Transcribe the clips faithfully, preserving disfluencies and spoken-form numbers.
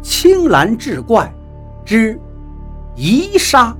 青蓝志怪之遗杀。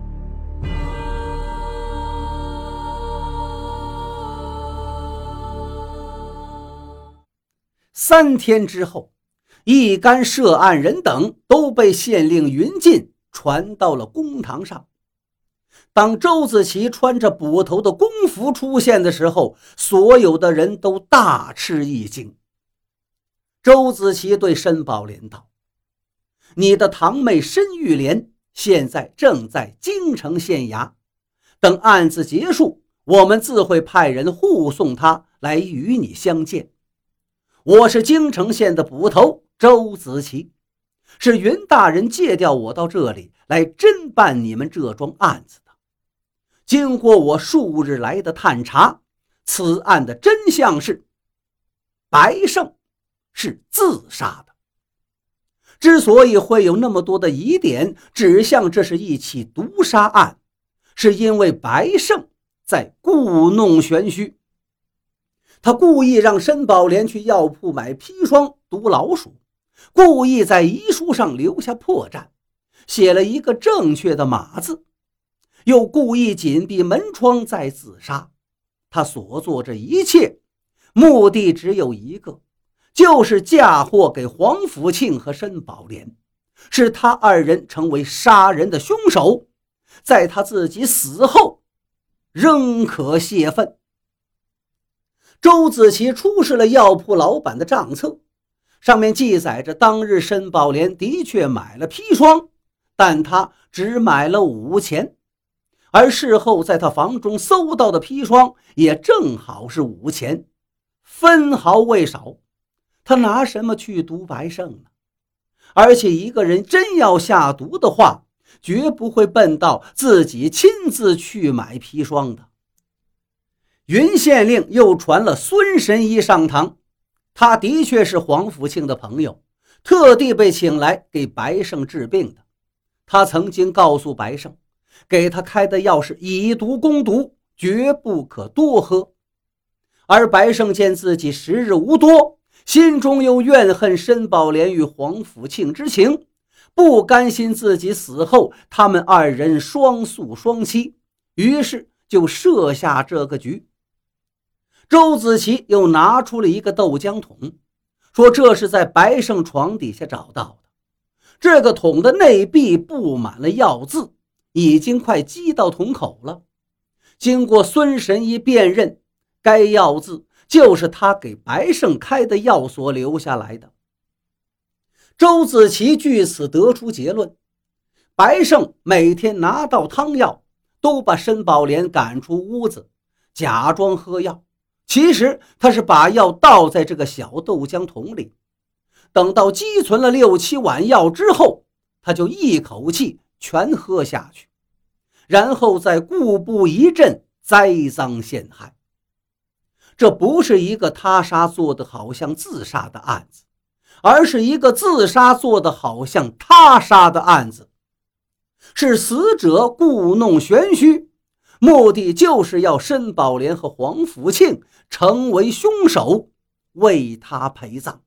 三天之后，一干涉案人等都被县令云进传到了公堂上。当周子琪穿着捕头的公服出现的时候，所有的人都大吃一惊。周子琪对申宝莲道：你的堂妹申玉莲现在正在京城县衙，等案子结束，我们自会派人护送她来与你相见。我是京城县的捕头周子琪，是云大人借调我到这里来侦办你们这桩案子的。经过我数日来的探查，此案的真相是白胜是自杀的。之所以会有那么多的疑点指向这是一起毒杀案，是因为白胜在故弄玄虚。他故意让申宝莲去药铺买砒霜毒老鼠，故意在遗书上留下破绽，写了一个正确的马字，又故意紧闭门窗再自杀。他所做这一切目的只有一个，就是嫁祸给黄福庆和申宝莲，使他二人成为杀人的凶手，在他自己死后仍可泄愤。周子琪出示了药铺老板的账册，上面记载着当日申宝莲的确买了砒霜，但他只买了五钱，而事后在他房中搜到的砒霜也正好是五钱，分毫未少。他拿什么去毒白胜呢？而且一个人真要下毒的话，绝不会笨到自己亲自去买砒霜的。云县令又传了孙神医上堂，他的确是黄福庆的朋友，特地被请来给白胜治病的。他曾经告诉白胜，给他开的药是以毒攻毒，绝不可多喝。而白胜见自己时日无多，心中又怨恨申宝莲与黄福庆之情，不甘心自己死后他们二人双宿双栖，于是就设下这个局。周子琪又拿出了一个豆浆桶，说这是在白胜床底下找到的。这个桶的内壁布满了药渍，已经快积到桶口了。经过孙神医辨认，该药渍就是他给白胜开的药所留下来的。周子琪据此得出结论，白胜每天拿到汤药都把申宝莲赶出屋子，假装喝药，其实他是把药倒在这个小豆浆桶里，等到积存了六七碗药之后，他就一口气全喝下去，然后再故布疑阵，栽赃陷害。这不是一个他杀做的好像自杀的案子，而是一个自杀做的好像他杀的案子。是死者故弄玄虚，目的就是要申宝莲和黄福庆成为凶手，为他陪葬。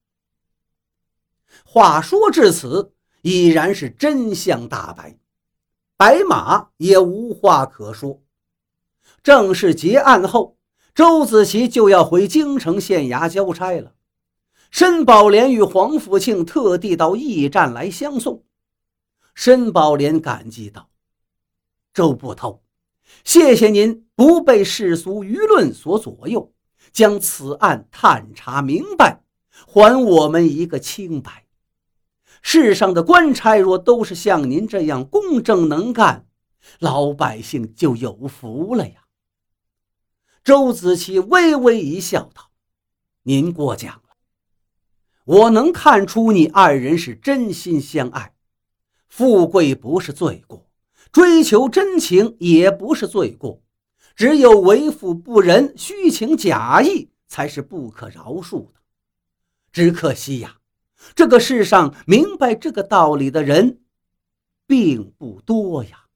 话说至此，已然是真相大白，白马也无话可说。正式结案后，周子琪就要回京城县衙交差了。申宝莲与黄福庆特地到驿站来相送。申宝莲感激道：周捕头，谢谢您不被世俗舆论所左右，将此案探查明白，还我们一个清白。世上的官差若都是像您这样公正能干，老百姓就有福了呀。周子琪微微一笑道：您过奖了，我能看出你二人是真心相爱。富贵不是罪过，追求真情也不是罪过，只有为富不仁、虚情假意才是不可饶恕的。只可惜呀，这个世上明白这个道理的人并不多呀。